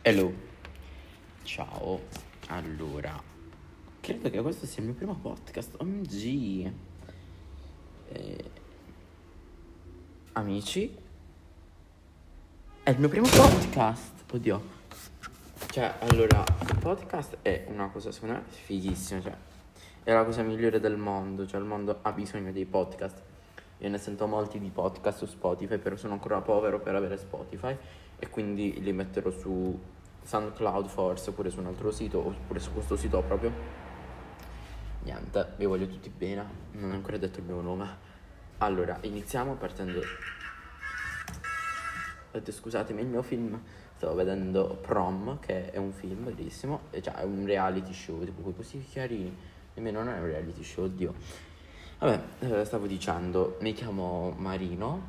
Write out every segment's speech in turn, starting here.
Hello, ciao. Allora, credo che questo sia il mio primo podcast. OMG. Eh, amici, è il mio primo podcast. Oddio. Cioè, allora, il podcast è una cosa, secondo me, fighissima. Cioè, è la cosa migliore del mondo. Cioè, il mondo ha bisogno dei podcast. Io ne sento molti di podcast su Spotify, però sono ancora povero per avere Spotify. E quindi li metterò su SoundCloud forse, oppure su un altro sito, oppure su questo sito proprio. Niente, vi voglio tutti bene, non ho ancora detto il mio nome. Allora, iniziamo partendo. Scusatemi, il mio film, stavo vedendo Prom, che è un film bellissimo, cioè è un reality show, tipo quei così carini. Nemmeno non è un reality show, oddio. Vabbè, stavo dicendo, mi chiamo Marino,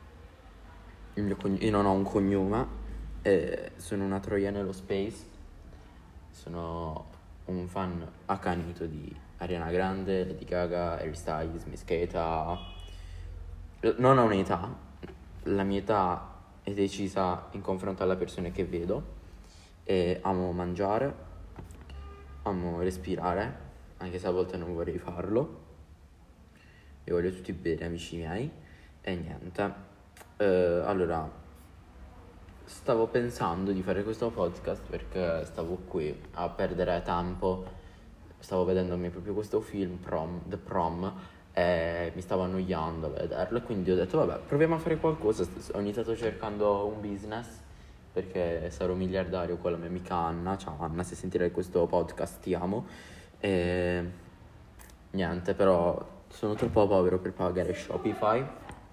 io non ho un cognome, sono una troia nello space, sono un fan accanito di Ariana Grande, Lady Gaga, Harry Styles, Miss Keita. Non ho un'età, la mia età è decisa in confronto alle persone che vedo. E amo mangiare, amo respirare, anche se a volte non vorrei farlo. Vi voglio tutti bene, amici miei. E niente. Allora, stavo pensando di fare questo podcast perché stavo qui a perdere tempo. Stavo vedendomi proprio questo film, The Prom, e mi stavo annoiando a vederlo. E quindi ho detto, vabbè, proviamo a fare qualcosa. Ho iniziato cercando un business perché sarò miliardario con la mia amica Anna. Ciao Anna, se sentirai questo podcast ti amo. E niente, però sono troppo povero per pagare Shopify.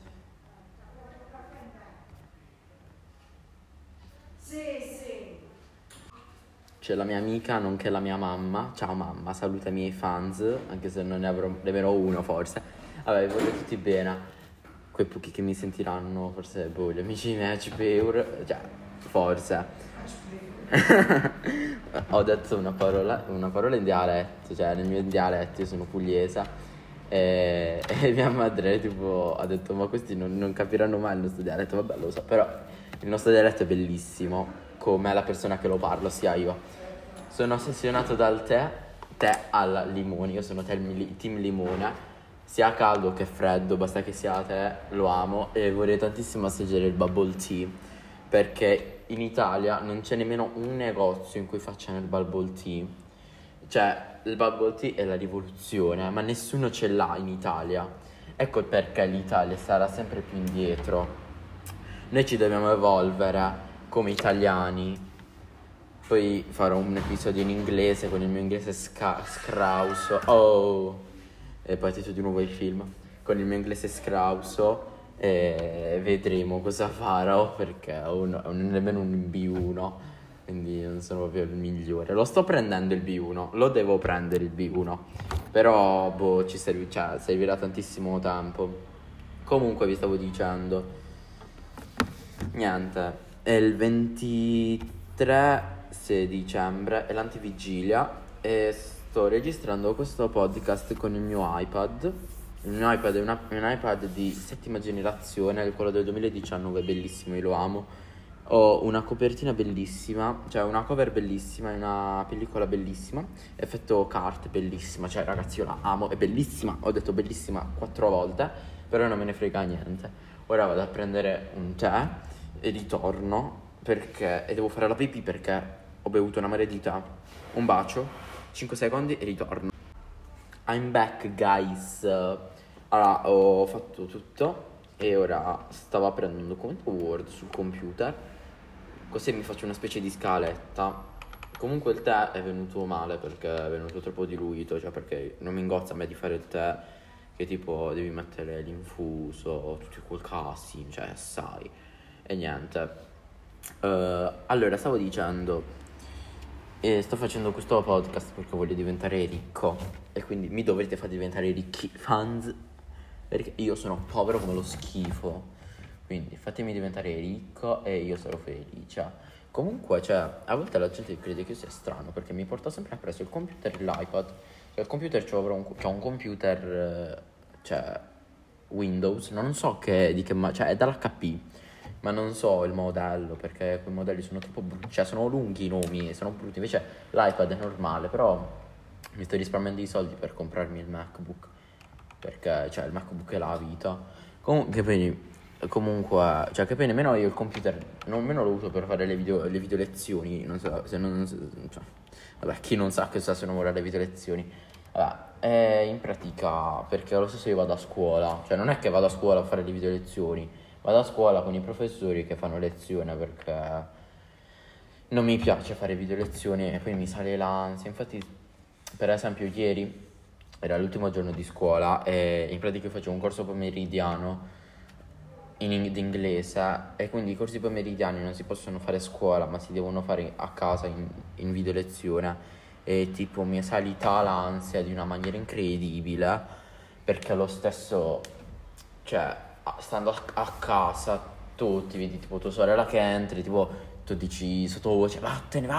C'è la mia amica, nonché la mia mamma. Ciao mamma, saluta i miei fans, anche se non ne avrò nemmeno uno forse. Vabbè, vi voglio tutti bene. Quei pochi che mi sentiranno, forse, boh, gli amici miei, CPEUR, cioè, forse. Ho detto una parola in dialetto, cioè nel mio dialetto, io sono pugliese. E mia madre tipo ha detto, ma questi non capiranno mai il nostro dialetto. Vabbè, lo so, però il nostro dialetto è bellissimo, come la persona che lo parlo, sia io. Sono ossessionato dal tè al limone. Io sono team limone. Sia caldo che freddo, basta che sia tè, lo amo. E vorrei tantissimo assaggiare il bubble tea, perché in Italia non c'è nemmeno un negozio in cui facciano il bubble tea. Cioè, il bubble tea è la rivoluzione, ma nessuno ce l'ha in Italia. Ecco perché l'Italia sarà sempre più indietro. Noi ci dobbiamo evolvere come italiani. Poi farò un episodio in inglese con il mio inglese scrauso. Oh! E poi titolo di nuovo il film. Con il mio inglese scrauso. E vedremo cosa farò, perché ho nemmeno un B1. Quindi non sono proprio il migliore. Lo sto prendendo il B1. Lo devo prendere il B1. Però, boh, cioè, servirà tantissimo tempo. Comunque vi stavo dicendo. Niente. È il 23 dicembre, è l'antivigilia e sto registrando questo podcast con il mio iPad. Il mio iPad è un iPad di settima generazione, quello del 2019, è bellissimo, io lo amo. Ho una copertina bellissima, cioè una cover bellissima, una pellicola bellissima, effetto cart bellissima, cioè ragazzi io la amo, è bellissima, ho detto bellissima 4 volte, però non me ne frega niente. Ora vado a prendere un tè e ritorno e devo fare la pipì perché ho bevuto una marea di tè. Un bacio, 5 secondi e ritorno. I'm back, guys. Allora, ho fatto tutto e ora stavo aprendo un documento Word sul computer, così mi faccio una specie di scaletta. Comunque il tè è venuto male perché è venuto troppo diluito, cioè perché non mi ingozza a me di fare il tè che tipo devi mettere l'infuso, tutti quel casino, cioè sai. E niente. Allora, stavo dicendo, sto facendo questo podcast perché voglio diventare ricco e quindi mi dovrete far diventare ricchi fans, perché io sono povero come lo schifo. Quindi fatemi diventare ricco e io sarò felice. Comunque, cioè, a volte la gente crede che io sia strano perché mi porta sempre appresso il computer e l'iPad. Cioè, il computer c'ho un computer, cioè, Windows, non so di che, cioè, è dall'HP. ma non so il modello, perché quei modelli sono troppo brutti, cioè sono lunghi i nomi, sono brutti, invece l'iPad è normale, però mi sto risparmiando i soldi per comprarmi il MacBook, perché cioè il MacBook è la vita. Comunque, cioè che poi nemmeno io il computer, nemmeno lo uso per fare le video lezioni, non so, se non, cioè, vabbè, chi non sa che sta se non vuole le video lezioni. Vabbè, in pratica, perché lo stesso io vado a scuola, cioè non è che vado a scuola a fare le video lezioni, vado a scuola con i professori che fanno lezione perché non mi piace fare video lezioni e poi mi sale l'ansia. Infatti, per esempio, ieri era l'ultimo giorno di scuola e in pratica io facevo un corso pomeridiano di inglese e quindi i corsi pomeridiani non si possono fare a scuola ma si devono fare a casa in video lezione e tipo mi è salita l'ansia di una maniera incredibile perché lo stesso, cioè stando a casa tu ti vedi tipo tua sorella che entri, tipo tu dici sottovoce vattene.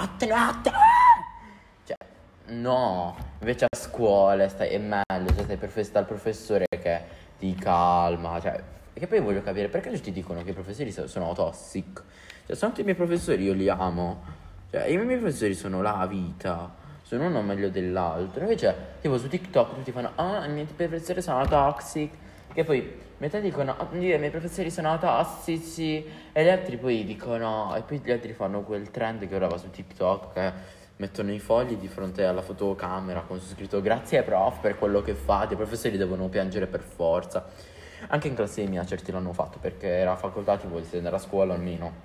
Cioè no, invece a scuola è meglio, cioè stai al professore che ti calma, cioè. E che poi voglio capire perché tutti dicono che i professori sono toxic. Cioè, sono tutti i miei professori, io li amo. Cioè, i miei professori sono la vita. Sono uno meglio dell'altro. Invece, tipo su TikTok tutti fanno: ah, i miei professori sono toxic. Che poi metà dicono: oh, i miei professori sono tossici. E gli altri poi dicono. E poi gli altri fanno quel trend che ora va su TikTok. Che mettono i fogli di fronte alla fotocamera con su scritto: grazie prof per quello che fate. I professori devono piangere per forza. Anche in classe mia certi l'hanno fatto perché era facoltà tipo di andare a scuola almeno.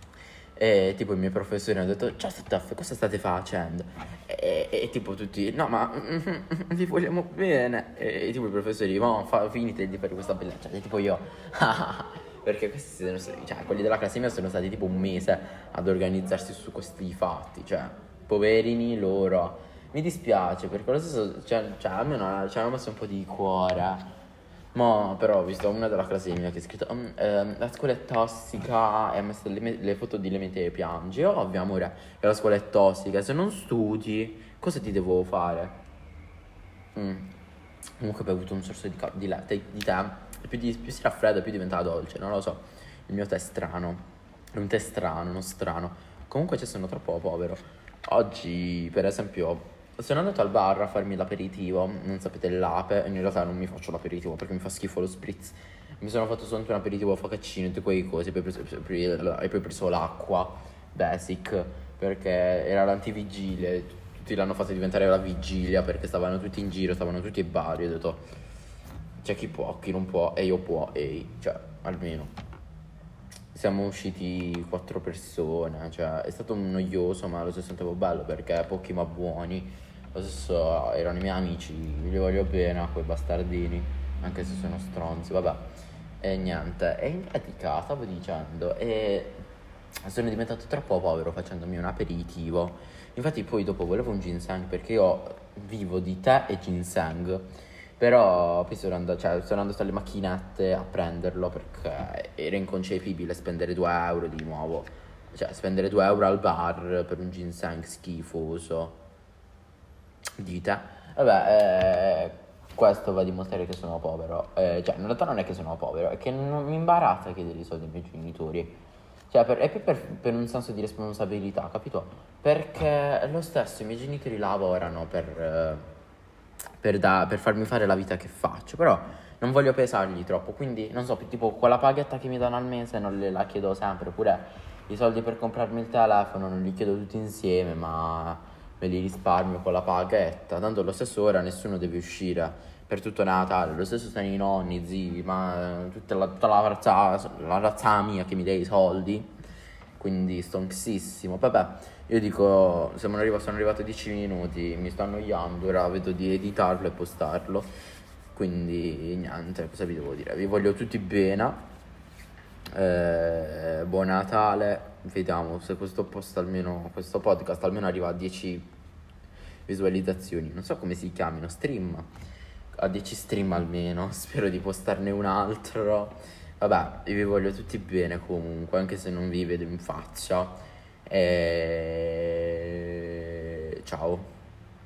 E tipo i miei professori hanno detto: ciao Steph, cosa state facendo? E tipo tutti: no ma vi vogliamo bene. E tipo i professori: ma finite di fare questa bellezza. E tipo io perché questi sono stati, cioè quelli della classe mia sono stati tipo un mese ad organizzarsi su questi fatti. Cioè poverini loro. Mi dispiace perché lo stesso, cioè almeno ci hanno messo un po' di cuore. Ma però ho visto una della classe mia che ha scritto: la scuola è tossica e ha messo le foto di Lemete e piange. Ovvio amore che la scuola è tossica, se non studi cosa ti devo fare? Comunque ho bevuto un sorso di latte di tè e più si raffredda più diventa dolce, non lo so, il mio tè è strano, è un tè strano, non strano. Comunque sono troppo povero. Oggi per esempio sono andato al bar a farmi l'aperitivo, non sapete l'ape, e in realtà non mi faccio l'aperitivo perché mi fa schifo lo spritz. Mi sono fatto soltanto un aperitivo a focaccino e tutte quelle cose, e poi ho preso l'acqua basic perché era l'antivigilia, tutti l'hanno fatto diventare la vigilia perché stavano tutti in giro, stavano tutti ai bar, io ho detto c'è chi può, chi non può e io può, cioè almeno. Siamo usciti 4 persone, cioè è stato noioso ma allo stesso tempo bello perché pochi ma buoni. Lo stesso erano i miei amici, li voglio bene a quei bastardini, anche se sono stronzi, vabbè. E niente, e in pratica stavo dicendo, e sono diventato troppo povero facendomi un aperitivo. Infatti poi dopo volevo un ginseng perché io vivo di tè e ginseng. Però poi sono andato alle macchinette a prenderlo perché era inconcepibile spendere 2 euro di nuovo. Cioè spendere 2 euro al bar per un ginseng schifoso. Dite. Vabbè, questo va a dimostrare che sono povero. Cioè in realtà non è che sono povero, è che non mi imbarazza chiedere i soldi ai miei genitori. Cioè è più per un senso di responsabilità, capito? Perché lo stesso i miei genitori lavorano per farmi fare la vita che faccio, però non voglio pesargli troppo, quindi non so, tipo quella paghetta che mi danno al mese non la chiedo sempre, oppure i soldi per comprarmi il telefono non li chiedo tutti insieme, ma me li risparmio con la paghetta, tanto allo stesso ora nessuno deve uscire per tutto Natale, lo stesso stanno i nonni, zii, ma tutta la razza mia che mi dà i soldi, quindi sto anxissimo, vabbè. Io dico, sono arrivato a 10 minuti, mi sto annoiando, ora vedo di editarlo e postarlo. Quindi niente, cosa vi devo dire? Vi voglio tutti bene. Buon Natale. Vediamo se questo podcast almeno arriva a 10 visualizzazioni. Non so come si chiamino, stream. A 10 stream almeno. Spero di postarne un altro. Vabbè, io vi voglio tutti bene comunque, anche se non vi vedo in faccia. Ciao.